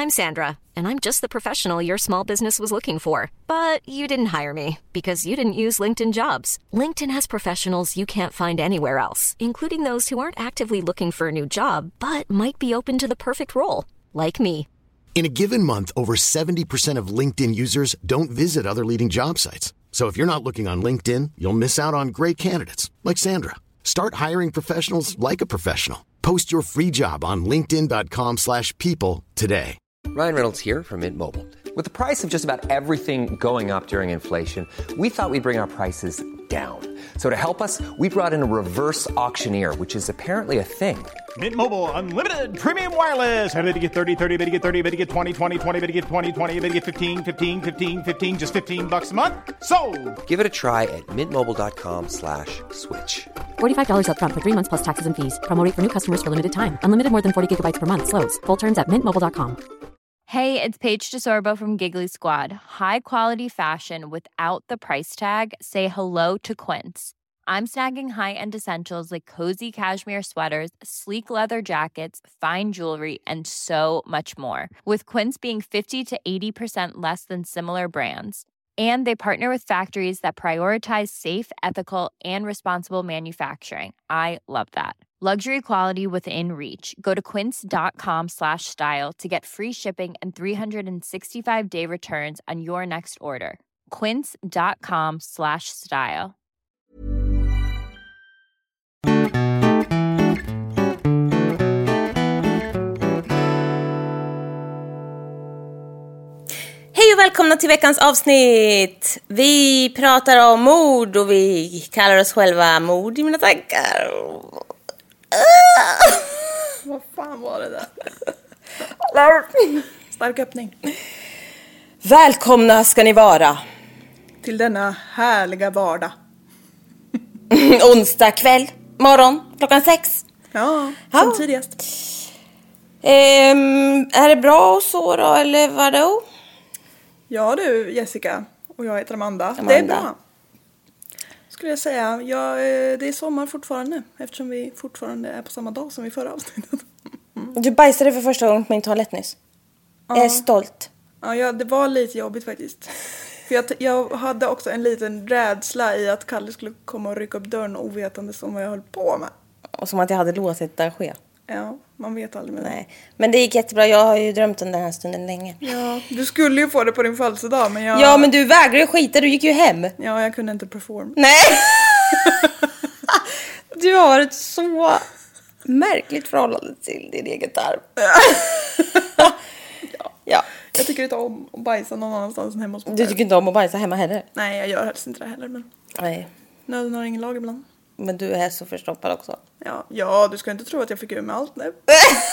I'm Sandra, and I'm just the professional your small business was looking for. But you didn't hire me because you didn't use LinkedIn Jobs. LinkedIn has professionals you can't find anywhere else, including those who aren't actively looking for a new job, but might be open to the perfect role, like me. In a given month, over 70% of LinkedIn users don't visit other leading job sites. So if you're not looking on LinkedIn, you'll miss out on great candidates like Sandra. Start hiring professionals like a professional. Post your free job on linkedin.com/people today. Ryan Reynolds here from Mint Mobile. With the price of just about everything going up during inflation, we thought we'd bring our prices down. So to help us, we brought in a reverse auctioneer, which is apparently a thing. Mint Mobile Unlimited Premium Wireless. How to get 30, 30, bit to get 30, bit to get 20, 20, 20, bit to get 20, 20, bit to get 15, 15, 15, 15, just $15 a month? Sold! Give it a try at mintmobile.com/switch. $45 up front for 3 months plus taxes and fees. Promo rate for new customers for limited time. Unlimited more than 40 gigabytes per month. Slows full terms at mintmobile.com. Hey, it's Paige DeSorbo from Giggly Squad. High quality fashion without the price tag. Say hello to Quince. I'm snagging high-end essentials like cozy cashmere sweaters, sleek leather jackets, fine jewelry, and so much more. With Quince being 50 to 80% less than similar brands. And they partner with factories that prioritize safe, ethical, and responsible manufacturing. I love that. Luxury quality within reach. Go to quince.com/style to get free shipping and 365-day returns on your next order. Quince.com/style. Hej och välkomna till veckans avsnitt. Vi pratar om mord och vi kallar oss själva mord i mina tankar. Vad fan var det där? Stark öppning. Välkomna ska ni vara till denna härliga vardag. Onsdag kväll, morgon, 6:00. Ja, som tidigast. Är det bra och så då, eller vadå? Ja du, Jessica. Och jag heter Amanda. Det är bra. Skulle jag säga. Det är sommar fortfarande. Eftersom vi fortfarande är på samma dag som i förra avsnittet. Du bajsade för första gången på min toalett nyss. Ja. Jag är stolt. Ja, det var lite jobbigt faktiskt. För jag hade också en liten rädsla i att Kalle skulle komma och rycka upp dörren ovetande som vad jag höll på med. Och som att jag hade låtit det ske. Ja, man vet aldrig med det. Nej, men det gick jättebra. Jag har ju drömt om den här stunden länge. Ja, du skulle ju få det på din födelsedag, men jag... Ja, men du vägrade ju skita. Du gick ju hem. Ja, jag kunde inte perform. Nej. Du har ett så märkligt förhållande till din egen tarm. Ja. Jag tycker inte om att bajsa någon annanstans än hemma hos mig. Du tycker inte om att bajsa hemma heller? Nej, jag gör helst inte det heller. Men... Nej. Nöden har ingen lag ibland. Men du är så förstoppad också. Ja, du ska inte tro att jag fick ur med allt nu.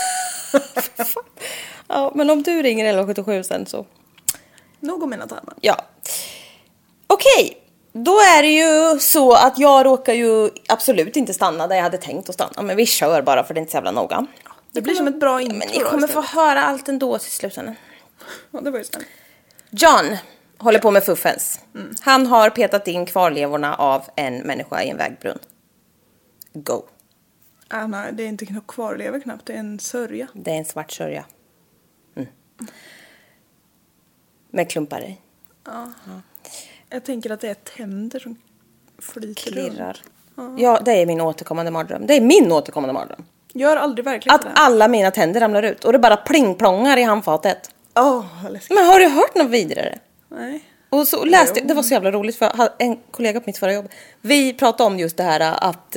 Ja, men om du ringer 1177 sen så... Nog om mina tarmar. Ja. Okej. Då är det ju så att jag råkar ju absolut inte stanna där jag hade tänkt att stanna. Men vi kör bara för det är inte så jävla noga. Det blir som ett bra intro. Men ni kommer få höra allt ändå till slutändan. Ja, det var ju snällt. John håller på med fuffens. Han har petat in kvarlevorna av en människa i en vägbrunn. Go. Nej, det är inte kvarlever knappt. Det är en sörja. Det är en svart sörja. Med klumpar i. Ja. Jag tänker att det är tänder som flyter klirrar. Ja, det är min återkommande mardröm. Det är min återkommande mardröm. Gör aldrig verkligen att det. Alla mina tänder ramlar ut. Och det bara plingplongar i handfatet. Men har du hört något vidare? Nej. Och så läste det var så jävla roligt för jag hade en kollega på mitt förra jobb. Vi pratade om just det här att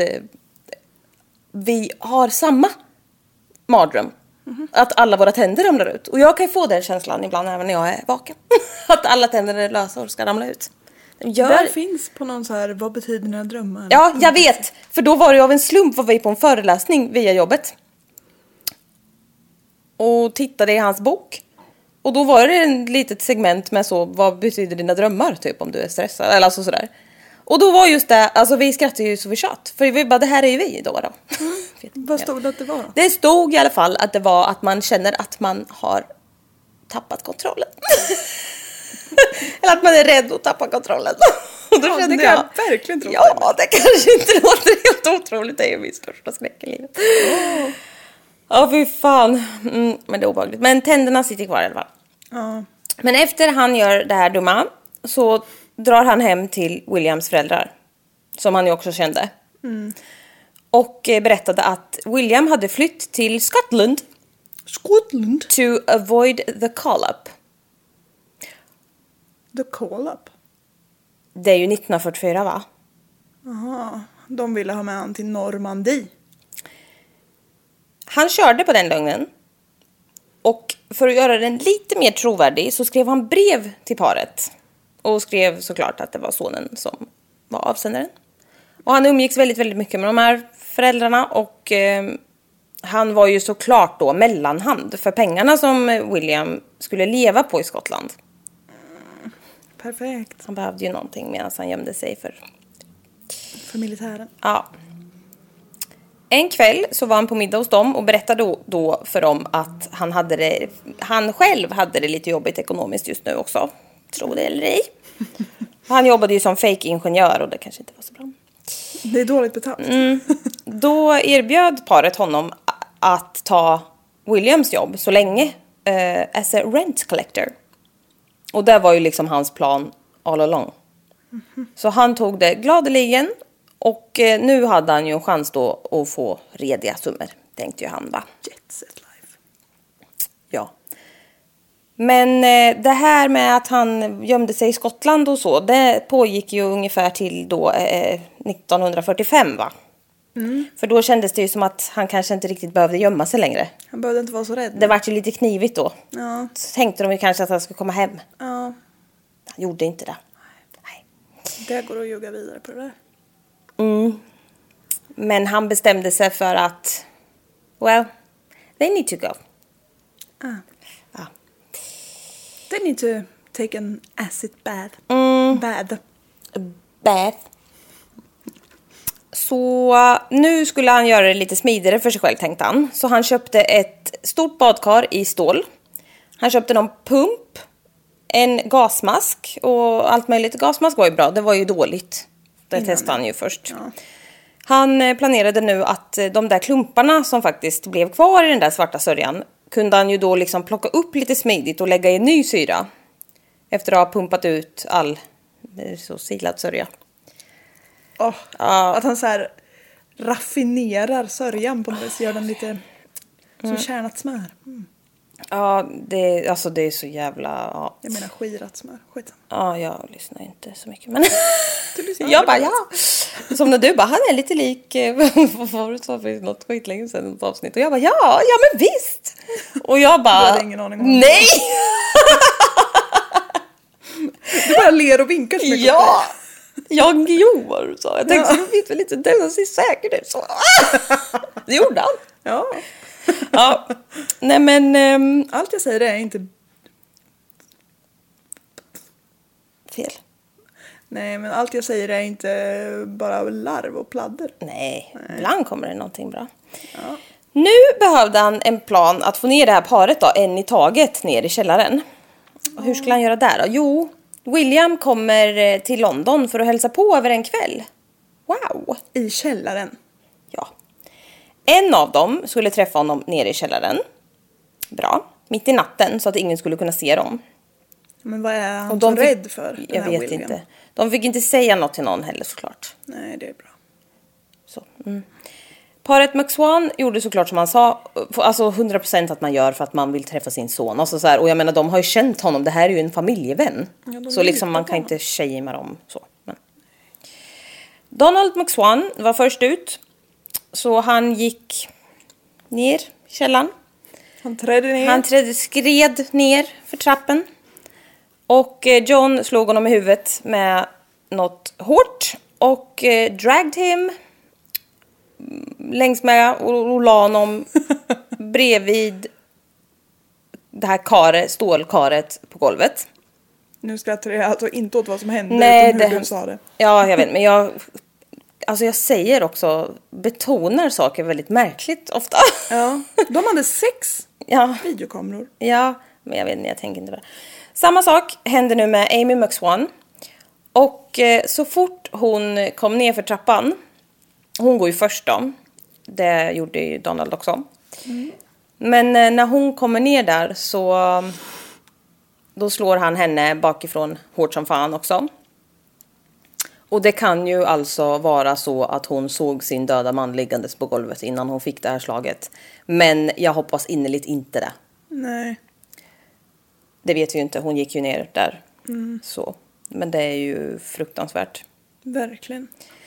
vi har samma mardröm. Att alla våra tänder ramlar ut. Och jag kan ju få den känslan ibland även när jag är vaken. Att alla tänder är lösa och ska ramla ut. Där finns på någon så här, vad betyder dina drömmar? Ja, jag vet. För då var det av en slump var vi på en föreläsning via jobbet. Och tittade i hans bok. Och då var det en litet segment med så, vad betyder dina drömmar typ om du är stressad eller alltså sådär. Och då var just det, alltså vi skrattade ju så vi tjatt. För vi bara, det här är ju vi då. Vad stod det att det var då? Det stod i alla fall att det var att man känner att man har tappat kontrollen. Eller att man är rädd att tappa kontrollen. Och då kände det kan jag verkligen tro. Ja, det kanske inte låter helt otroligt. Det är ju min största skräck i livet. Ja, fy fan. Men det är obehagligt. Men tänderna sitter kvar i alla fall. Ja. Men efter han gör det här dumma så drar han hem till Williams föräldrar. Som han ju också kände. Och berättade att William hade flytt till Scotland. To avoid the call-up. The call-up? Det är ju 1944, va? Jaha, de ville ha med han till Normandie. Han körde på den lögnen. Och för att göra den lite mer trovärdig så skrev han brev till paret. Och skrev såklart att det var sonen som var avsändaren. Och han umgicks väldigt, väldigt mycket med de här föräldrarna. Och han var ju såklart då mellanhand för pengarna som William skulle leva på i Skottland. Perfekt. Han behövde ju någonting medan han gömde sig för militären. Ja. En kväll så var han på middag hos dem och berättade då för dem att han själv hade det lite jobbigt ekonomiskt just nu också. Tro det eller ej. Han jobbade ju som fake-ingenjör och det kanske inte var så bra. Det är dåligt betalt. Då erbjöd paret honom att ta Williams jobb så länge as a rent collector. Och det var ju liksom hans plan all along. Så han tog det gladeligen. Och nu hade han ju en chans då att få rediga summor. Tänkte ju han, va? Jet set life. Ja. Men det här med att han gömde sig i Skottland och så. Det pågick ju ungefär till då 1945, va? För då kändes det ju som att han kanske inte riktigt behövde gömma sig längre. Han behövde inte vara så rädd. Det var ju lite knivigt då. Ja. Så tänkte de ju kanske att han skulle komma hem. Ja. Han gjorde inte det. Nej. Det går att ljuga vidare på det där. Men han bestämde sig för att well, they need to go. Ja. They need to take an acid bath. Bath. Så nu skulle han göra det lite smidigare för sig själv, tänkte han. Så han köpte ett stort badkar i stål. Han köpte någon pump, en gasmask och allt möjligt. Gasmask var ju bra, det var ju dåligt. Det testade han ju först. Ja. Han planerade nu att de där klumparna som faktiskt blev kvar i den där svarta sörjan kunde han ju då liksom plocka upp lite smidigt och lägga i ny syra. Efter att ha pumpat ut all så silad sörja. Att han så här raffinerar sörjan på något vis, gör den lite som kärnat smör. Ja, det är så jävla... Ja. Jag menar skirat smör. Skit. Ja, jag lyssnar inte så mycket. Men jag bara, ja. Som när du bara, han är lite lik... Vad var det så för något skitlänge sedan, något avsnitt? Och jag bara, ja men visst. Och jag bara... Du hade ingen aning om nej! Du bara ler och vinkar så mycket. Ja! Jag gjorde så. Jag tänkte, jag vet väl inte, den ser säkert ut så. Det gjorde han. Ja. Ja. Nej men... allt jag säger är inte... fel. Nej, men allt jag säger är inte bara larv och pladder. Nej. Ibland kommer det någonting bra. Ja. Nu behövde han en plan att få ner det här paret då, en i taget ner i källaren. Och hur skulle han göra där då? Jo, William kommer till London för att hälsa på över en kväll. Wow! I källaren? Ja. En av dem skulle träffa honom nere i källaren. Bra. Mitt i natten så att ingen skulle kunna se dem. Men vad är han så rädd för? Jag vet William? Inte. De fick inte säga något till någon heller såklart. Nej, det är bra. Så. Paret McSwan gjorde såklart som han sa. Alltså 100% att man gör för att man vill träffa sin son. Alltså så här, och jag menar, de har ju känt honom. Det här är ju en familjevän. Ja, så liksom man kan inte shamea dem så. Men. Donald McSwan var först ut. Så han gick ner i källaren. Han skred ner för trappen. Och John slog honom i huvudet med något hårt. Och dragged him längs med och la honom bredvid det här stålkaret på golvet. Nu skrattar jag alltså inte åt vad som hände. Nej, utan hur du sa det. Ja, jag vet. Men jag säger också, betonar saker väldigt märkligt ofta. Ja, de hade 6 videokameror. Ja, men jag vet inte, jag tänker inte på det. Samma sak hände nu med Amy McSwan. Och så fort hon kom ner för trappan, hon går ju först då. Det gjorde ju Donald också. Men när hon kommer ner där så då slår han henne bakifrån hårt som fan också. Och det kan ju alltså vara så att hon såg sin döda man liggandes på golvet innan hon fick det här slaget. Men jag hoppas innerligt inte det. Nej. Det vet vi ju inte, hon gick ju ner där. Så. Men det är ju fruktansvärt. Verkligen.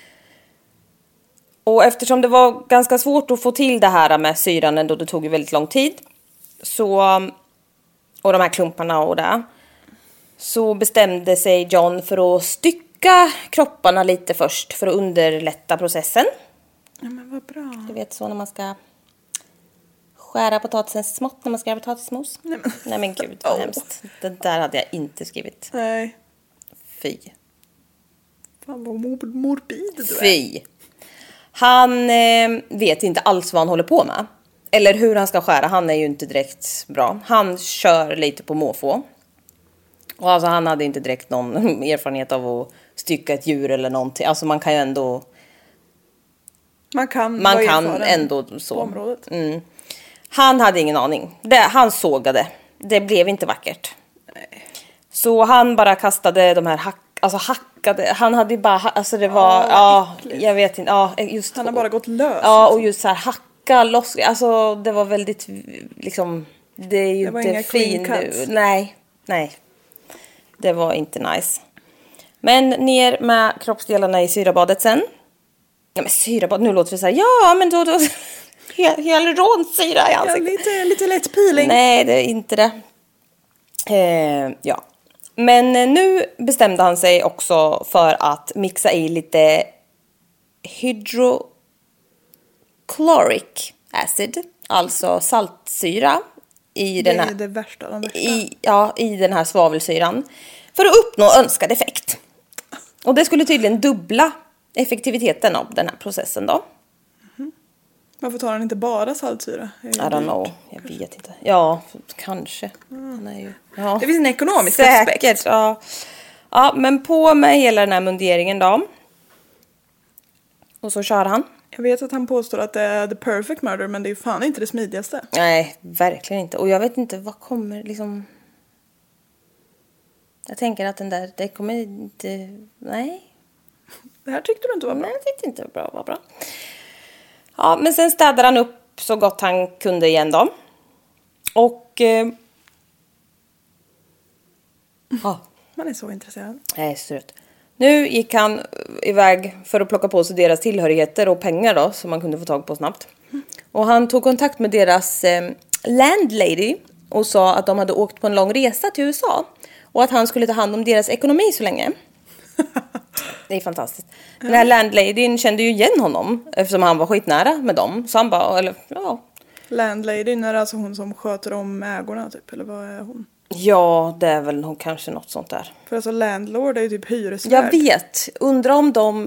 Och eftersom det var ganska svårt att få till det här med syran ändå, det tog ju väldigt lång tid. Så, och de här klumparna och det. Så bestämde sig John för att stycka kropparna lite först för att underlätta processen. Ja, men vad bra. Du vet så när man ska skära potatisen smått när man ska göra potatismos. Nej men gud, vad hemskt. Det där hade jag inte skrivit. Nej. Fy. Fan vad morbid du är. Fy. Han vet inte alls vad han håller på med. Eller hur han ska skära. Han är ju inte direkt bra. Han kör lite på måfå. Och alltså han hade inte direkt någon erfarenhet av att stycka ett djur eller någonting. Alltså man kan ju ändå... Man kan ändå så. På området. Han hade ingen aning. Han sågade. Det blev inte vackert. Nej. Så han bara kastade de här hackade. Han hade ju bara... Alltså det var... jag vet inte. Just, han har bara gått lös. Ja, och just så här hacka loss. Alltså det var väldigt liksom... Det är ju det var inte inga fin... cuts. Nej. Det var inte nice. Men ner med kroppsdelarna i syrabadet sen. Ja men syrabad, nu låter det så här. Ja men då hyaluronsyra i ansiktet. Ja, lite lätt peeling. Nej, det är inte det. Ja. Men nu bestämde han sig också för att mixa i lite hydrochloric acid, alltså saltsyra i den här. Det är det värsta av de värsta. I den här svavelsyran för att uppnå önskad effekt. Och det skulle tydligen dubbla effektiviteten av den här processen då. Varför tar han inte bara saltsyra? I don't know, jag vet inte. Ja, kanske. Ja. Det finns en ekonomisk säkert, aspekt. Ja, men på med hela den här munderingen då. Och så kör han. Jag vet att han påstår att det är the perfect murder, men det är ju fan inte det smidigaste. Nej, verkligen inte. Och jag vet inte, vad kommer liksom... Jag tänker att den där, det kommer inte... Nej. Det här tyckte du inte var bra. Nej, jag tyckte inte det var bra. Ja, men sen städade han upp så gott han kunde igen då. Och... Man är så intresserad. Nej, strut. Nu gick han iväg för att plocka på sig deras tillhörigheter och pengar då, som man kunde få tag på snabbt. Och han tog kontakt med deras landlady och sa att de hade åkt på en lång resa till USA. Och att han skulle ta hand om deras ekonomi så länge. Det är fantastiskt. Den här landladyn kände ju igen honom eftersom han var skitnära med dem. Så han bara, Landladyn är alltså hon som sköter om ägorna typ, eller vad är hon? Ja, det är väl hon kanske något sånt där. För alltså landlord är ju typ hyresvärd. Jag vet. Undrar om de...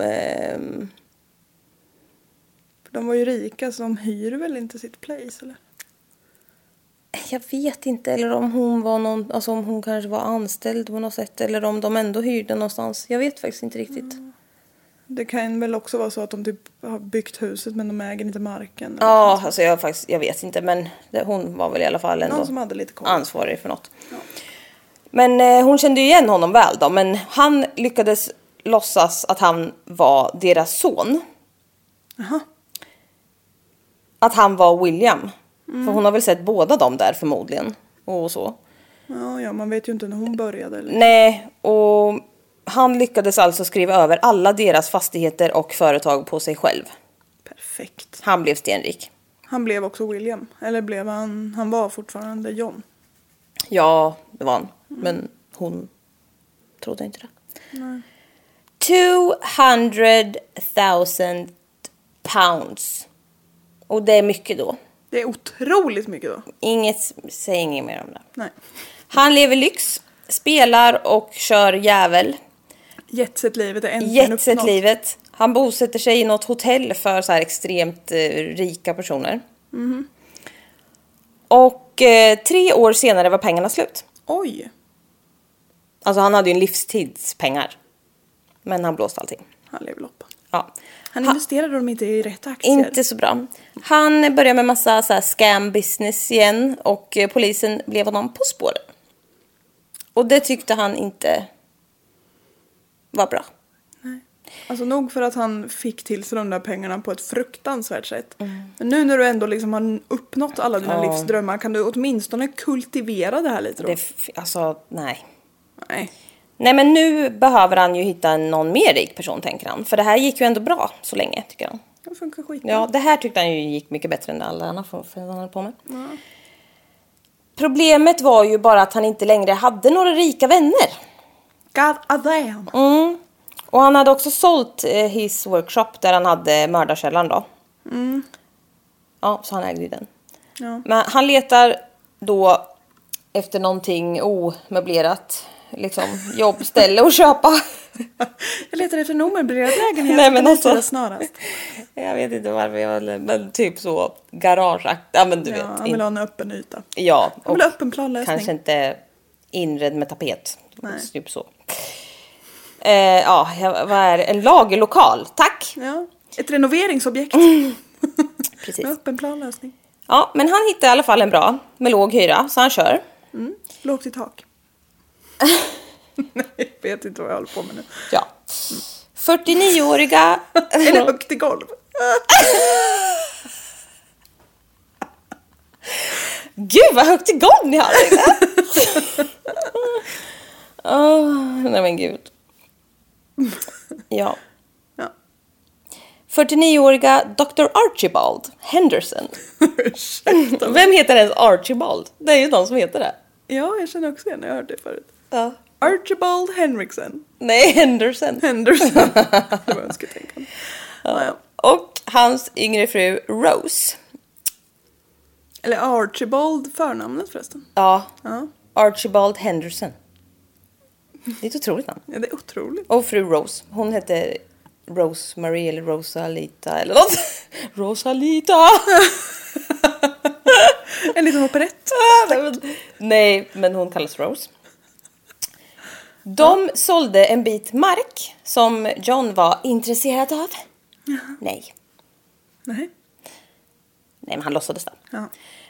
För de var ju rika så de hyr väl inte sitt place, eller? Jag vet inte. Eller om hon var någon... Alltså om hon kanske var anställd på något sätt. Eller om de ändå hyrde någonstans. Jag vet faktiskt inte riktigt. Det kan väl också vara så att de typ har byggt huset men de äger inte marken. Ja, alltså jag vet inte. Men hon var väl i alla fall ändå någon som hade lite koll. Ansvarig för något. Ja. Men hon kände ju igen honom väl då. Men han lyckades låtsas att han var deras son. Aha. Att han var William. För hon har väl sett båda dem där förmodligen. Och så. Ja, man vet ju inte när hon började. Eller? Nej, och han lyckades alltså skriva över alla deras fastigheter och företag på sig själv. Perfekt. Han blev stenrik. Han blev också William. Eller blev han var fortfarande John. Ja, det var han. Men hon trodde inte det. Nej. 200,000 pounds. Och det är mycket då. Det är otroligt mycket då. Säg inget mer om det. Nej. Han lever lyx, spelar och kör jävel. Jetset-livet är äntligen uppnått. Jetset-livet. Han bosätter sig i något hotell för så här extremt rika personer. Mm. Och 3 år senare var pengarna slut. Oj. Alltså han hade ju en livstidspengar. Men han blåste allting. Han lever loppan. Ja. Han investerade dem inte i rätt aktier. Inte så bra. Han började med massa så här scam business igen. Och polisen blev honom på spåren. Och det tyckte han inte var bra. Nej. Alltså nog för att han fick till sig de där pengarna på ett fruktansvärt sätt. Men nu när du ändå liksom har uppnått alla dina livsdrömmar, kan du åtminstone kultivera det här lite då? Nej. Nej. Nej, men nu behöver han ju hitta någon mer rik person, tänker han. För det här gick ju ändå bra så länge, tycker han. Det funkar skitbra. Ja, det här tyckte han ju gick mycket bättre än alla andra han hade på med. Ja. Problemet var ju bara att han inte längre hade några rika vänner. God damn. Och han hade också sålt his workshop där han hade mördarkällan då. Ja, så han ägde ju den. Ja. Men han letar då efter någonting omöblerat, liksom jobbställe att köpa. Jag letar efter en omöblerad lägenhet. Nej, men alltså, snarast. Jag vet inte varför men typ så garageakt. Ja, men du vet. Han vill ha en öppen yta. Ja, han vill ha öppen planlösning. Kanske inte inredd med tapet. Nej. Typ så. Vad är det? En lagerlokal. Tack. Ja, ett renoveringsobjekt. Precis. Med öppen planlösning. Ja, men han hittar i alla fall en bra med låg hyra, så han kör. Lågt i tak. Nej, jag vet inte vad jag håller på med nu. Ja. 49-åriga... Är det högt i golv? Gud, vad högt i golv ni har. Nej men gud. Ja. 49-åriga Dr. Archibald Henderson. Vem heter ens Archibald? Det är ju någon som heter det. Ja, jag känner också igen. Jag har hört det förut. Ja. Archibald Henriksen. Nej, Henderson. Det var önsketänkan. Ja. Och hans yngre fru Rose. Eller Archibald förnamnet förresten. Ja. Archibald Henderson. Det är ett otroligt namn. Ja, det är otroligt. Och fru Rose. Hon hette Rosemary eller Rosalita eller något. Rosalita! En liten operett. Nej, men hon kallas Rose. De sålde en bit mark som John var intresserad av. Nej, men han låtsades det. Ja.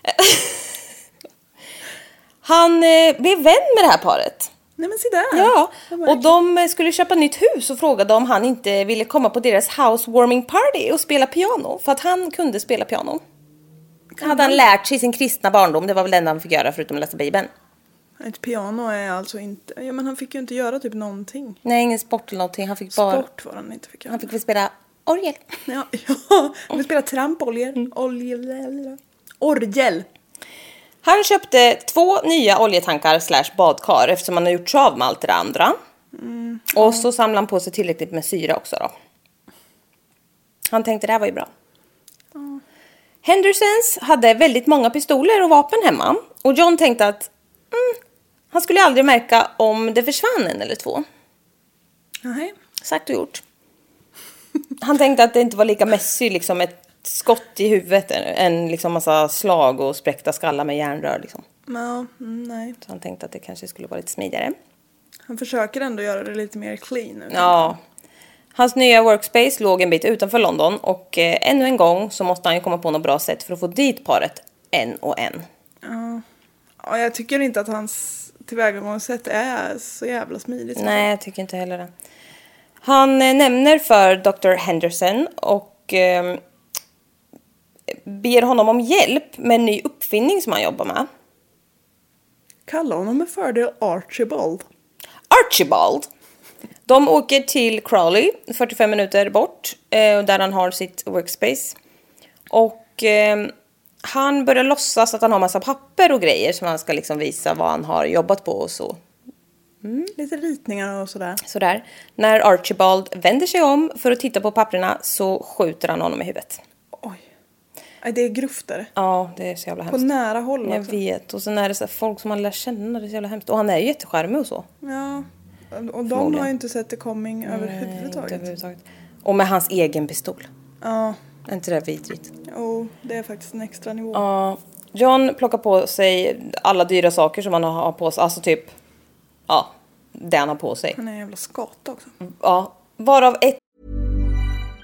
Han blev vän med det här paret. Nej, men se där. Ja, och de skulle köpa nytt hus och frågade om han inte ville komma på deras housewarming party och spela piano. För att han kunde spela piano. Hade han lärt sig i sin kristna barndom. Det var väl det enda han fick göra förutom att läsa Bibeln. Ett piano är alltså inte... Ja, men han fick ju inte göra typ någonting. Nej, ingen sport eller någonting. Han fick bara... Sport var han inte fick göra. Han fick väl spela orgel. Ja. Han fick spela trampoljer. Orgel. Han köpte 2 nya oljetankar / badkar eftersom han har gjort sig av med allt det andra. Och så samlade han på sig tillräckligt med syra också då. Han tänkte det här var ju bra. Hendersons hade väldigt många pistoler och vapen hemma. Och John tänkte att han skulle aldrig märka om det försvann en eller 2. Nej. Sagt och gjort. Han tänkte att det inte var lika messy, liksom ett skott i huvudet än liksom massa slag och spräckta skallar med järnrör liksom. Nej. Så han tänkte att det kanske skulle vara lite smidigare. Han försöker ändå göra det lite mer clean nu. Ja. Hans nya workspace låg en bit utanför London och ännu en gång så måste han ju komma på något bra sätt för att få dit paret en och en. Ja, jag tycker inte att hans tillvägagångssätt är så jävla smidigt. Nej, jag tycker inte heller det. Han nämner för Dr. Henderson och ber honom om hjälp med en ny uppfinning som han jobbar med. Kalla honom med fördel Archibald. Archibald. De åker till Crawley, 45 minuter bort, där han har sitt workspace. Och han börjar låtsas att han har massa papper och grejer som han ska liksom visa vad han har jobbat på och så. Lite ritningar och sådär. När Archibald vänder sig om för att titta på papperna så skjuter han honom i huvudet. Oj. Det är gruftare. Ja, det är så jävla hemskt. På nära håll också. Jag vet. Och sen är det så folk som man lär känna. Det är så jävla hemskt. Och han är ju jätteskärmig och så. Ja. Och de har ju inte sett det coming överhuvudtaget. Och med hans egen pistol. Ja. Är inte det vidrigt? Jo, det är faktiskt en extra nivå. Ja. John plockar på sig alla dyra saker som han har på sig. Alltså typ, det han har på sig. Han är en jävla skata också. Ja, varav ett...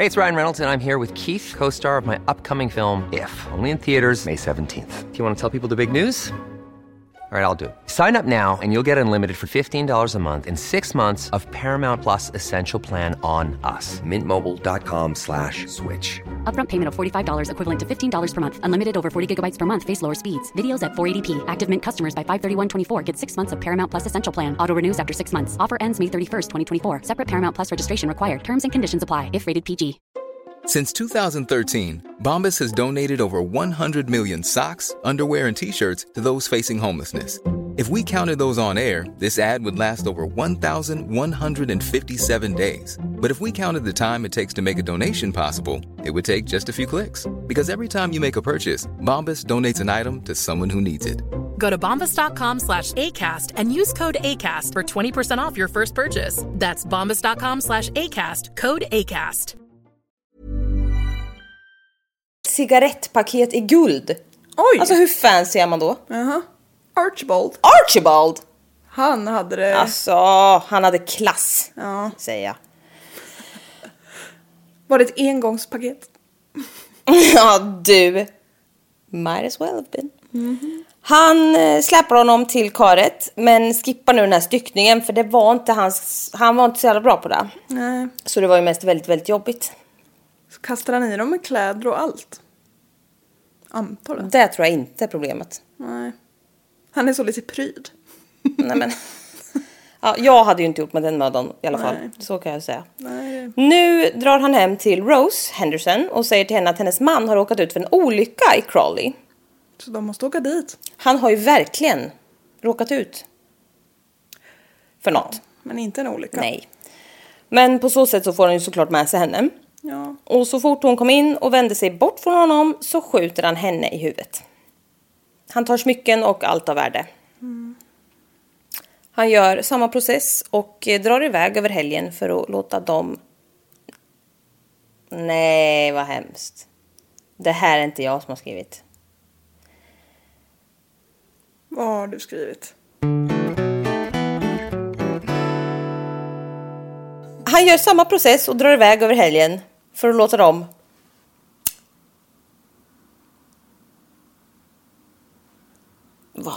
Hey, it's Ryan Reynolds, and I'm here with Keith, co-star of my upcoming film, If, only in theaters May 17th. Do you want to tell people the big news? All right, I'll do it. Sign up now and you'll get unlimited for $15 a month and 6 months of Paramount Plus Essential Plan on us. MintMobile.com/switch. Upfront payment of $45 equivalent to $15 per month. Unlimited over 40 gigabytes per month. Face lower speeds. Videos at 480p. Active Mint customers by 531.24 get 6 months of Paramount Plus Essential Plan. Auto renews after 6 months. Offer ends May 31st, 2024. Separate Paramount Plus registration required. Terms and conditions apply if rated PG. Since 2013, Bombas has donated over 100 million socks, underwear, and T-shirts to those facing homelessness. If we counted those on air, this ad would last over 1,157 days. But if we counted the time it takes to make a donation possible, it would take just a few clicks. Because every time you make a purchase, Bombas donates an item to someone who needs it. Go to bombas.com/ACAST and use code ACAST for 20% off your first purchase. That's bombas.com/ACAST, code ACAST. Cigarettpaket i guld. Oj! Alltså hur fancy är man då? Archibald. Han hade det. Alltså, han hade klass. Ja. Säger jag. Var det ett engångspaket? Ja, du. Might as well have been. Han släpper honom till karet, men skippar nu den här styckningen, för det var inte han var inte så jävla bra på det. Nej. Så det var ju mest väldigt, väldigt jobbigt. Så kastar han i dem med kläder och allt. Antar det. Det tror jag inte är problemet. Nej. Han är så lite pryd. Nej, men ja, jag hade ju inte gjort med den mödan i alla fall. Så kan jag säga. Nej. Nu drar han hem till Rose Henderson och säger till henne att hennes man har råkat ut för en olycka i Crawley. Så de måste åka dit. Han har ju verkligen råkat ut för något. Ja, men inte en olycka. Nej. Men på så sätt så får han ju såklart med sig henne. Ja. Och så fort hon kom in och vände sig bort från honom så skjuter han henne i huvudet. Han tar smycken och allt av värde. Han gör samma process och drar iväg över helgen för att låta dem... Nej, vad hemskt. Det här är inte jag som har skrivit. Vad har du skrivit? Han gör samma process och drar iväg över helgen för att låta dem... Va?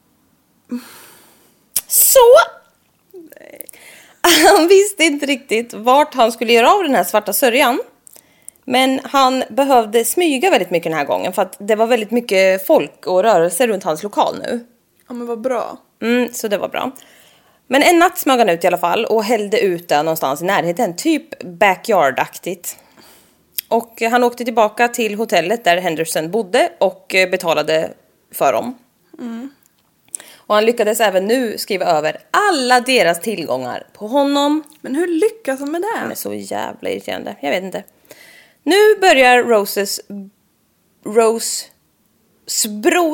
Så! Nej. Han visste inte riktigt vart han skulle göra av den här svarta sörjan. Men han behövde smyga väldigt mycket den här gången, för att det var väldigt mycket folk och rörelser runt hans lokal nu. Ja, men vad bra. Så det var bra. Men en natt smög han ut i alla fall och hällde ut där någonstans i närheten, typ backyard-aktigt. Och han åkte tillbaka till hotellet där Henderson bodde och betalade för dem. Och han lyckades även nu skriva över alla deras tillgångar på honom. Men hur lyckas han med det? Han är så jävla irriterande, jag vet inte. Nu börjar Roses bror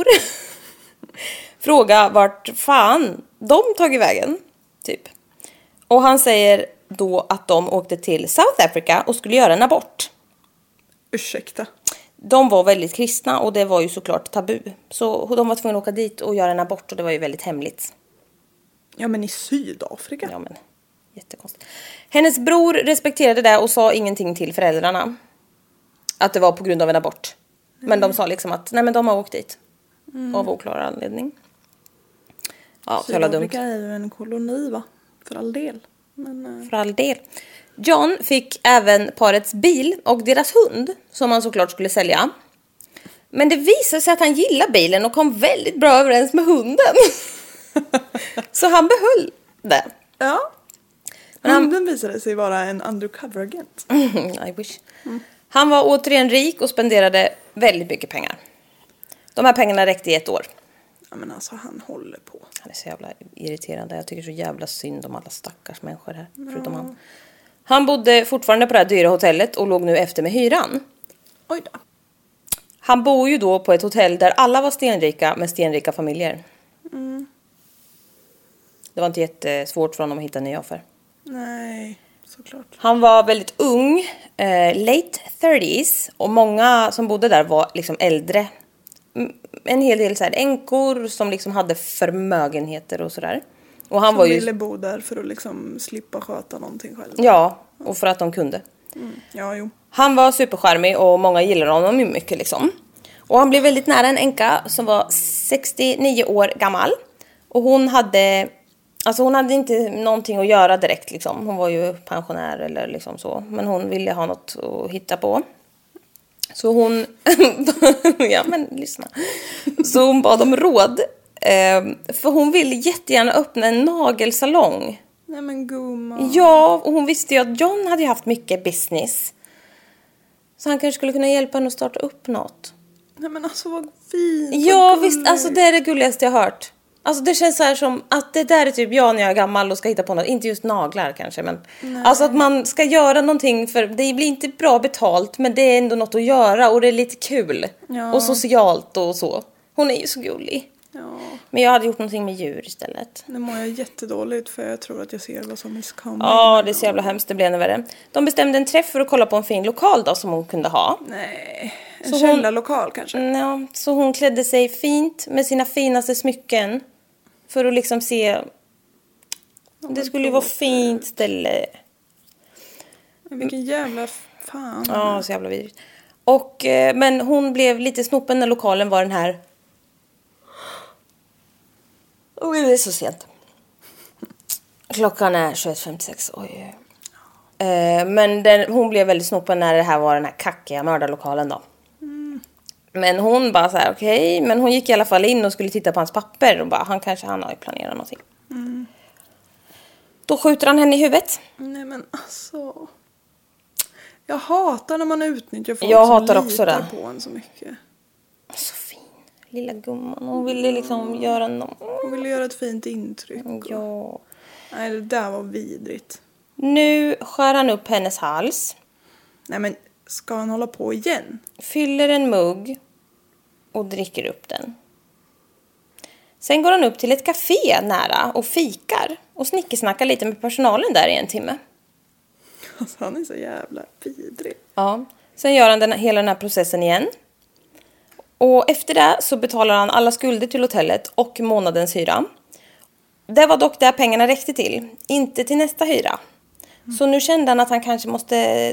fråga vart fan de tagit vägen, typ. Och han säger då att de åkte till South Africa och skulle göra en abort. Ursäkta. De var väldigt kristna och det var ju såklart tabu. Så de var tvungna att åka dit och göra en abort, och det var ju väldigt hemligt. Ja, men i Sydafrika. Ja, men jättekonstigt. Hennes bror respekterade det och sa ingenting till föräldrarna. Att det var på grund av en abort. Men de sa liksom att nej, men de har åkt dit. Av oklar anledning. Ja, så jävla dumt. Sydafrika är ju en koloni, va? För all del. Men, För all del. John fick även parets bil och deras hund, som han såklart skulle sälja. Men det visade sig att han gillade bilen och kom väldigt bra överens med hunden. Så han behöll det. Ja. Men hunden visade sig vara en undercover-agent. I wish. Han var återigen rik och spenderade väldigt mycket pengar. De här pengarna räckte i 1 år. Ja, men alltså han håller på. Han är så jävla irriterande. Jag tycker så jävla synd om alla stackars människor här. Förutom han. Han bodde fortfarande på det här dyra hotellet och låg nu efter med hyran. Oj då. Han bor ju då på ett hotell där alla var stenrika med stenrika familjer. Det var inte jättesvårt för honom att hitta en ny affär. Nej, såklart. Han var väldigt ung, late 30s, och många som bodde där var liksom äldre. En hel del så här änkor som liksom hade förmögenheter och sådär. Och han som var ju ville bo där för att liksom slippa sköta någonting själv. Ja, och för att de kunde. Ja, jo. Han var supercharmig och många gillade honom mycket liksom. Och han blev väldigt nära en änka som var 69 år gammal. Och hon hade inte någonting att göra direkt liksom. Hon var ju pensionär eller liksom så. Men hon ville ha något att hitta på. Så hon... ja, men lyssna. Så hon bad om råd. För hon ville jättegärna öppna en nagelsalong. Nej men gumman. Ja, och hon visste ju att John hade haft mycket business. Så han kanske skulle kunna hjälpa henne att starta upp något. Nej men alltså vad fint. Ja visst, alltså det är det gulligaste jag har hört. Alltså det känns så här som att det där är typ jag när jag är gammal och ska hitta på något. Inte just naglar kanske, men alltså att man ska göra någonting, för det blir inte bra betalt, men det är ändå något att göra och det är lite kul. Ja. Och socialt och så. Hon är ju så gullig. Ja. Men jag hade gjort någonting med djur istället. Nu mår jag jättedåligt för jag tror att jag ser vad som misskommer. Ja, det är så jävla hemskt, det blir ännu värre. De bestämde en träff för att kolla på en fin lokal då som hon kunde ha. Nej, en källarlokal kanske. Ja, så hon klädde sig fint med sina finaste smycken. För att liksom se... Det skulle ju vara fint ställe. Vilken jävla fan. Ja, så jävla vidrigt. Och, men hon blev lite snopen när lokalen var den här... Oj, det är så sent. Klockan är 21.56. Oj. Men hon blev väldigt snopen när det här var den här kackiga mördarlokalen då. Men hon bara så här, okej. Men hon gick i alla fall in och skulle titta på hans papper. Och bara, han har ju planerat någonting. Då skjuter han henne i huvudet. Nej men alltså. Jag hatar när man utnyttjar folk jag som hatar också litar det. på en så mycket. Så fin. Lilla gumman. Hon ville liksom göra något. Hon ville göra ett fint intryck. Ja. Nej, det där var vidrigt. Nu skär han upp hennes hals. Nej men, ska han hålla på igen? Fyller en mugg och dricker upp den. Sen går han upp till ett café nära och fikar. Och snickesnackar lite med personalen där i 1 timme. Alltså han är så jävla vidrig. Ja. Sen gör han hela den här processen igen. Och efter det så betalar han alla skulder till hotellet och månadens hyra. Det var dock där pengarna räckte till. Inte till nästa hyra. Så nu kände han att han kanske måste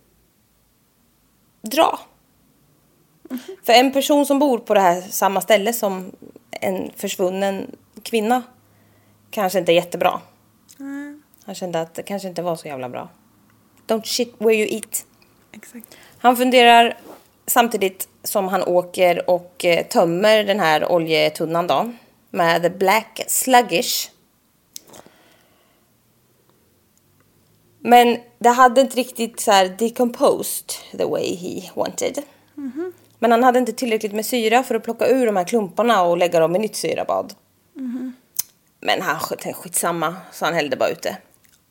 dra. För en person som bor på det här samma ställe som en försvunnen kvinna kanske inte är jättebra. Han kände att det kanske inte var så jävla bra. Don't shit where you eat. Exakt. Han funderar samtidigt som han åker och tömmer den här oljetunnan då. Med the black sluggish. Men det hade inte riktigt så här decomposed the way he wanted. Men han hade inte tillräckligt med syra för att plocka ur de här klumparna och lägga dem i nytt syrabad. Men han tänkte skitsamma, så han hällde bara ut det.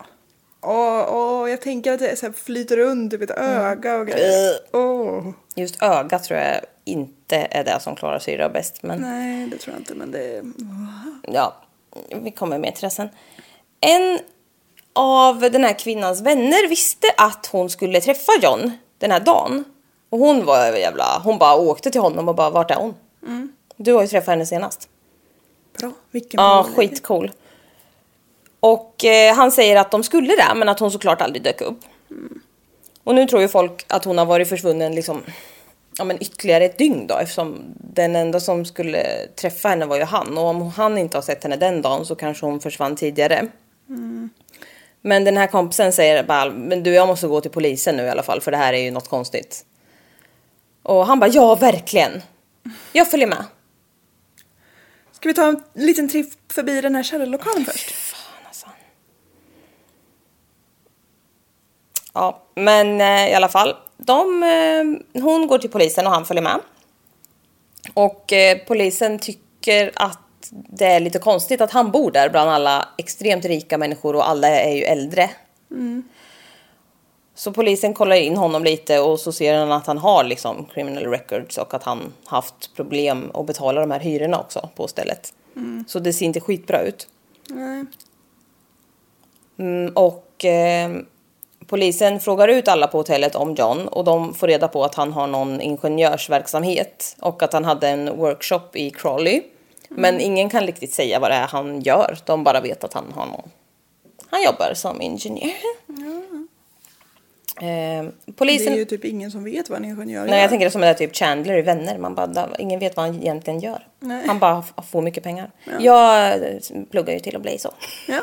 Jag tänker att det så här flyter runt typ ett öga och grejer. Just ögat tror jag inte är det som klarar syra bäst. Men... Nej, det tror jag inte, men det... Ja, vi kommer med till det sen. En av den här kvinnans vänner visste att hon skulle träffa John den här dagen. Och hon var hon bara åkte till honom och bara, vart är hon? Du har ju träffat henne senast. Bra, vilken Ja, skitcool. Och han säger att de skulle det, men att hon såklart aldrig dök upp. Och nu tror ju folk att hon har varit försvunnen liksom, ytterligare ett dygn då. Eftersom den enda som skulle träffa henne var ju han. Och om han inte har sett henne den dagen så kanske hon försvann tidigare. Men den här kompisen säger bara, men du, jag måste gå till polisen nu i alla fall. För det här är ju något konstigt. Och han bara, ja verkligen. Jag följer med. Ska vi ta en liten tripp förbi den här källarlokalen först? Fan alltså. Ja, men i alla fall. Hon går till polisen och han följer med. Och polisen tycker att det är lite konstigt att han bor där bland alla extremt rika människor och alla är ju äldre. Så polisen kollar in honom lite och så ser han att han har liksom criminal records och att han haft problem att betala de här hyrorna också på stället. Så det ser inte skitbra ut. Nej. Och polisen frågar ut alla på hotellet om John och de får reda på att han har någon ingenjörsverksamhet och att han hade en workshop i Crawley. Men ingen kan riktigt säga vad det är han gör. De bara vet att han jobbar som ingenjör. Polisen... Det är ju typ ingen som vet vad en ingenjör gör. Nej, jag tänker det som är typ Chandler i Vänner. Man bara, ingen vet vad han egentligen gör. Nej. Han bara får mycket pengar. Ja. Jag pluggar ju till att bli så. Ja.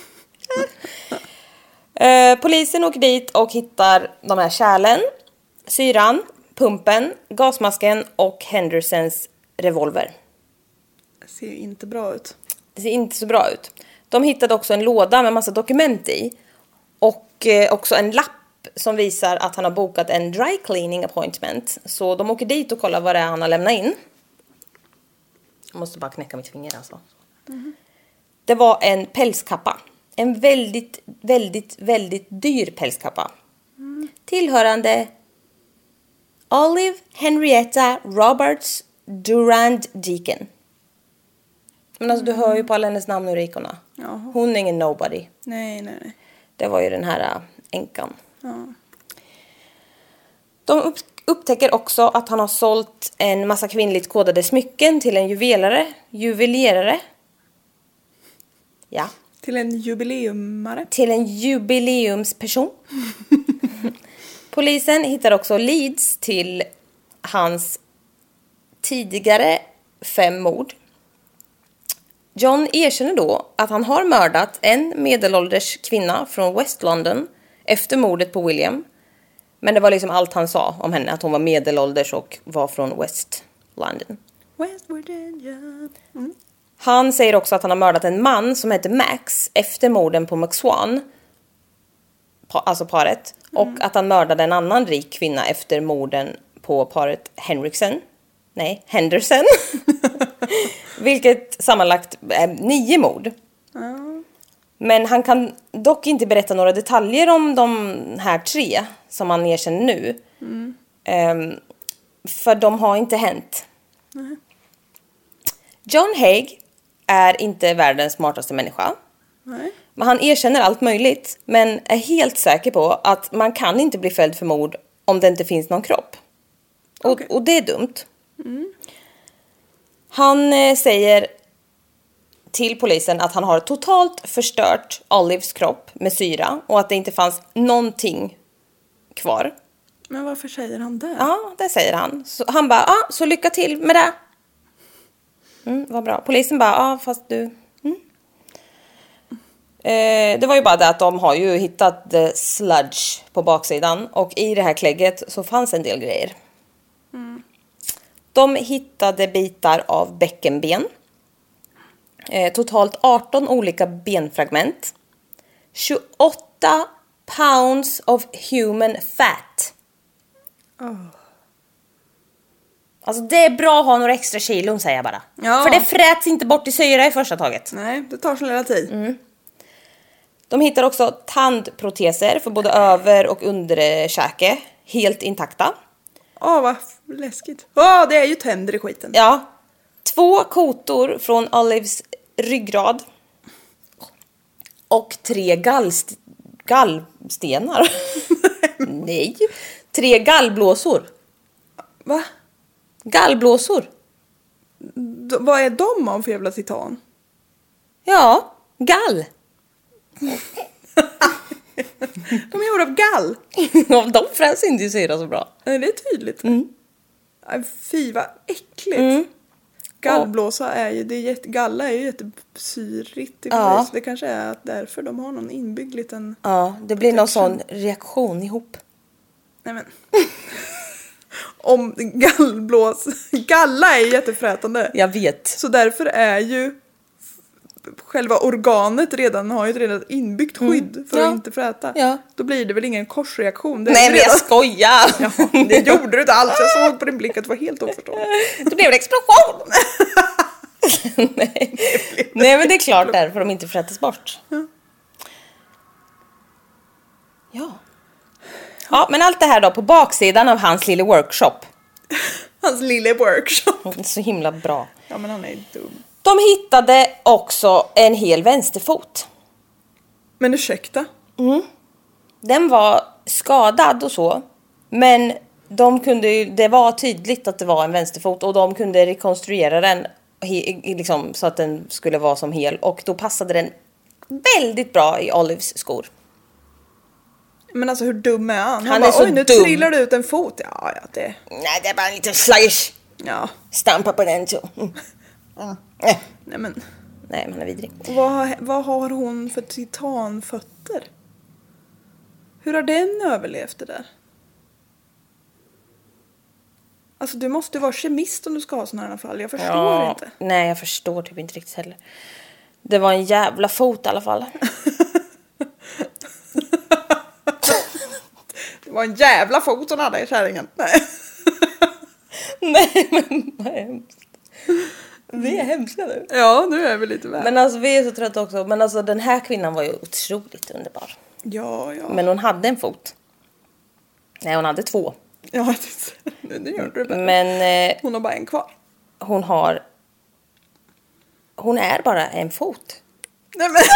Polisen åker dit och hittar de här kärlen, syran, pumpen, gasmasken och Hendersons revolver. Det ser ju inte bra ut. Det ser inte så bra ut. De hittade också en låda med massa dokument i. Och också en lapp som visar att han har bokat en dry cleaning appointment. Så de åker dit och kollar vad det är han har lämnat in. Jag måste bara knäcka mitt finger alltså. Det var en pälskappa. En väldigt, väldigt, väldigt dyr pälskappa. Tillhörande Olive Henrietta Roberts Durand Deacon. Men alltså du hör ju på alla hennes namn och rikorna. Jaha. Hon är ingen nobody. Nej. Det var ju den här änkan. Ja. De upptäcker också att han har sålt en massa kvinnligt kodade smycken till en juvelerare. Ja. Till en jubileumare. Till en jubileumsperson. Polisen hittar också leads till hans tidigare 5 mord. John erkänner då att han har mördat en medelålders kvinna från West London efter mordet på William. Men det var liksom allt han sa om henne, att hon var medelålders och var från West London. West Virginia. Han säger också att han har mördat en man som heter Max efter morden på McSwan. Alltså paret. Och att han mördade en annan rik kvinna efter morden på paret Henderson. Vilket sammanlagt är 9 mord. Men han kan dock inte berätta några detaljer om de här 3 som han erkänner nu. För de har inte hänt. John Haig är inte världens smartaste människa. Nej. Men han erkänner allt möjligt. Men är helt säker på att man kan inte bli fälld för mord om det inte finns någon kropp. Och det är dumt. Han säger till polisen att han har totalt förstört Olives kropp med syra. Och att det inte fanns någonting kvar. Men varför säger han det? Ja, det säger han. Så han bara, så lycka till med det. Vad bra. Polisen bara, fast du... Det var ju bara det att de har ju hittat sludge på baksidan. Och i det här klägget så fanns en del grejer. De hittade bitar av bäckenben. Totalt 18 olika benfragment. 28 pounds of human fat. Alltså det är bra att ha några extra kilon, säger jag bara. Ja. För det fräts inte bort i syra i första taget. Nej, det tar sin lilla tid. De hittar också tandproteser för både över- och underkäke. Helt intakta. Vad läskigt. Det är ju tänder i skiten. Ja. 2 kotor från Olives ryggrad. Och 3 gallstenar. Nej. 3 gallblåsor. Va? Gallblåsor. Vad är de av för jävla titan? Ja, gall. De är gjorda av gall. De fräs inte i syra så bra. Det är tydligt. Aj, fy vad äckligt. Gallblåsa är ju, galla är ju jättesyrigt. Ja. Så det kanske är att därför de har någon inbyggd liten... Ja, det blir någon sån reaktion ihop. Nej men. Om galla är ju jättefrätande. Jag vet. Så därför är ju själva organet har ju redan ett inbyggt skydd för att inte fräta. Ja. Då blir det väl ingen korsreaktion. Nej men jag skojar. Ja, det gjorde du inte alls. Jag såg på din blick att det var helt oförstående. Då blev det explosion. Nej men det är klart därför de inte frätas bort. Ja, men allt det här då på baksidan av hans lilla workshop. Hans lilla workshop. Så himla bra. Ja men han är dum. De hittade också en hel vänsterfot. Men ursäkta? Den var skadad och så. Men det var tydligt att det var en vänsterfot. Och de kunde rekonstruera den liksom, så att den skulle vara som hel. Och då passade den väldigt bra i Olives skor. Men alltså hur dum är han? Han bara, är så oj nu dum. trillar det ut en fot. Ja, det... Nej, det är bara en liten sluggish. Ja. Stampa på den så. Nej men. Nej, man är vidrig. Vad har hon för titanfötter? Hur har den överlevt det där? Alltså du måste vara kemist om du ska ha såna här fall. Jag förstår inte. Nej, jag förstår typ inte riktigt heller. Det var en jävla fot i alla fall. Det var en jävla fot hon hade i kärringen. Nej. Nej, men vad hemskt. Vi är hemska nu. Ja, nu är vi lite väl. Men alltså vi är så trötta också. Men alltså den här kvinnan var ju otroligt underbar. Ja. Men hon hade en fot. Nej, hon hade 2. Ja, nu gör du det bättre. Men hon har bara en kvar. Hon är bara en fot. Nej men.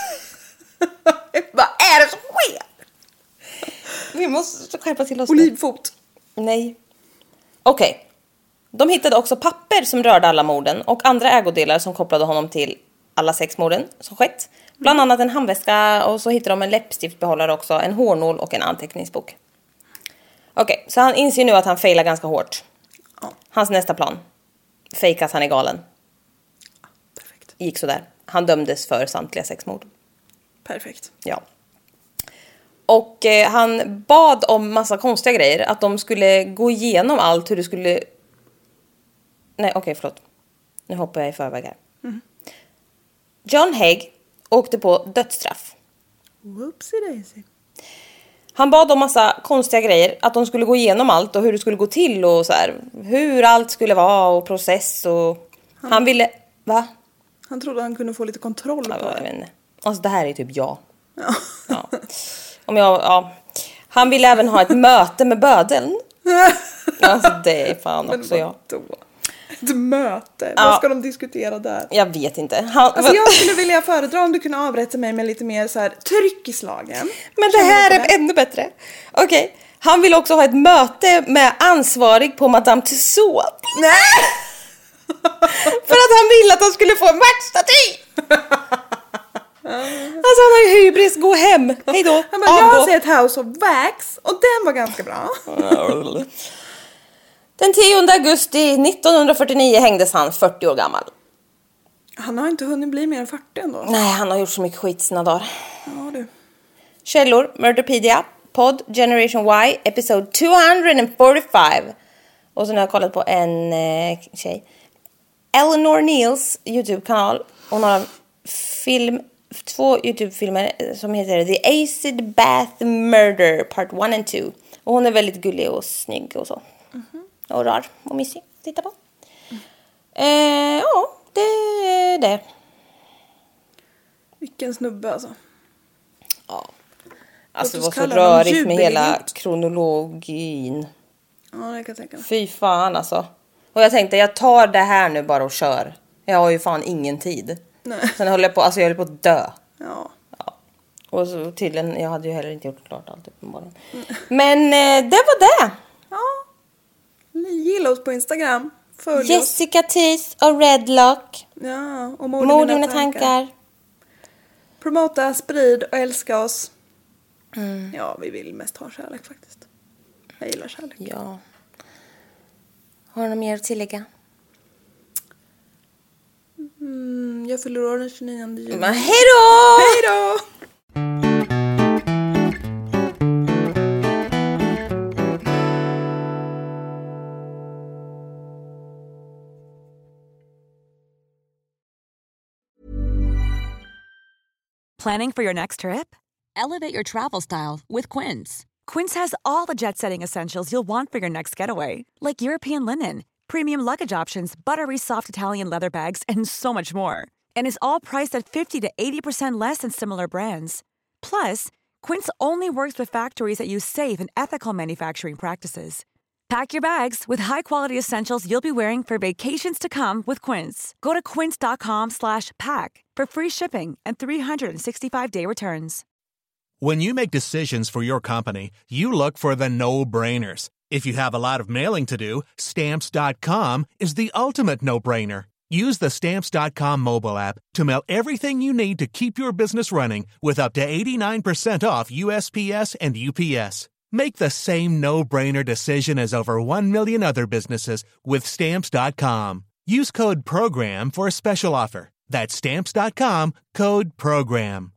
Vad är det som sker? Vi måste skärpa till oss. Olivfot. Nej. Okej. De hittade också papper som rörde alla morden och andra ägodelar som kopplade honom till alla 6 morden som skett. Bland annat en handväska och så hittade de en läppstiftbehållare också, en hårnål och en anteckningsbok. Okej, så han inser nu att han failar ganska hårt. Ja. Hans nästa plan. Fake att han är galen. Perfekt. Gick så där. Han dömdes för samtliga 6 mord. Perfekt. Ja. Och han bad om massa konstiga grejer. Att de skulle gå igenom allt hur det skulle... Nej, okej, förlåt. Nu hoppar jag i förväg här. Mm. John Haig åkte på dödsstraff. Whoopsie daisy. Han bad om massa konstiga grejer. Att de skulle gå igenom allt och hur det skulle gå till. Och så här, hur allt skulle vara och process. Och han ville... Va? Han trodde han kunde få lite kontroll på det. Alltså det här är typ jag. Ja. Han ville även ha ett möte med bödeln. Alltså det är fan också jag. Ett möte? Vad ska de diskutera där? Jag vet inte. Jag skulle vilja föredra om du kunde avrätta mig med lite mer så här tryck i slagen. Men det här är ännu bättre. Okej. Han vill också ha ett möte med ansvarig på Madame Tussauds. Nej! För att han ville att han skulle få en världsstaty. Alltså han har ju hybris, gå hem. Hej då. Han bara, jag har sett House of Wax och den var ganska bra. Den 10 augusti 1949 hängdes han 40 år gammal. Han har inte hunnit bli mer än 40 ändå. Nej, han har gjort så mycket skit sina dagar. Ja du. Källor, Murderpedia, podd Generation Y, episode 245. Och så har jag kollat på en tjej. Eleanor Neals YouTube-kanal. Hon har 2 YouTube-filmer som heter The Acid Bath Murder Part 1 and 2. Och hon är väldigt gullig och snygg och så. Och rar och mysig. Titta på. Ja, det är det. Vilken snubbe alltså. Ja. Alltså det var så rörigt med hela kronologin. Ja, det kan jag tänka mig. Fy fan alltså. Och jag tänkte, jag tar det här nu bara och kör. Jag har ju fan ingen tid. Nej. Sen höll jag på att dö. Ja. Och så tydligen, jag hade ju heller inte gjort klart allt uppenbarligen. Men det var det. Ja. Gilla oss på Instagram. Följ Jessica Tees och Redlock. Ja, och Mord i mina tankar. Promota, sprid och älska oss. Ja, vi vill mest ha kärlek faktiskt. Jag gillar kärlek. Ja. Har du något mer att tillägga? Jag fyller år den 29 juni. Men hej då! Hej då! Planning for your next trip? Elevate your travel style with Quince. Quince has all the jet-setting essentials you'll want for your next getaway, like European linen, premium luggage options, buttery soft Italian leather bags, and so much more. And is all priced at 50 to 80% less than similar brands. Plus, Quince only works with factories that use safe and ethical manufacturing practices. Pack your bags with high-quality essentials you'll be wearing for vacations to come with Quince. Go to quince.com/pack for free shipping and 365-day returns. When you make decisions for your company, you look for the no-brainers. If you have a lot of mailing to do, Stamps.com is the ultimate no-brainer. Use the Stamps.com mobile app to mail everything you need to keep your business running with up to 89% off USPS and UPS. Make the same no-brainer decision as over 1 million other businesses with Stamps.com. Use code PROGRAM for a special offer. That's Stamps.com, code PROGRAM.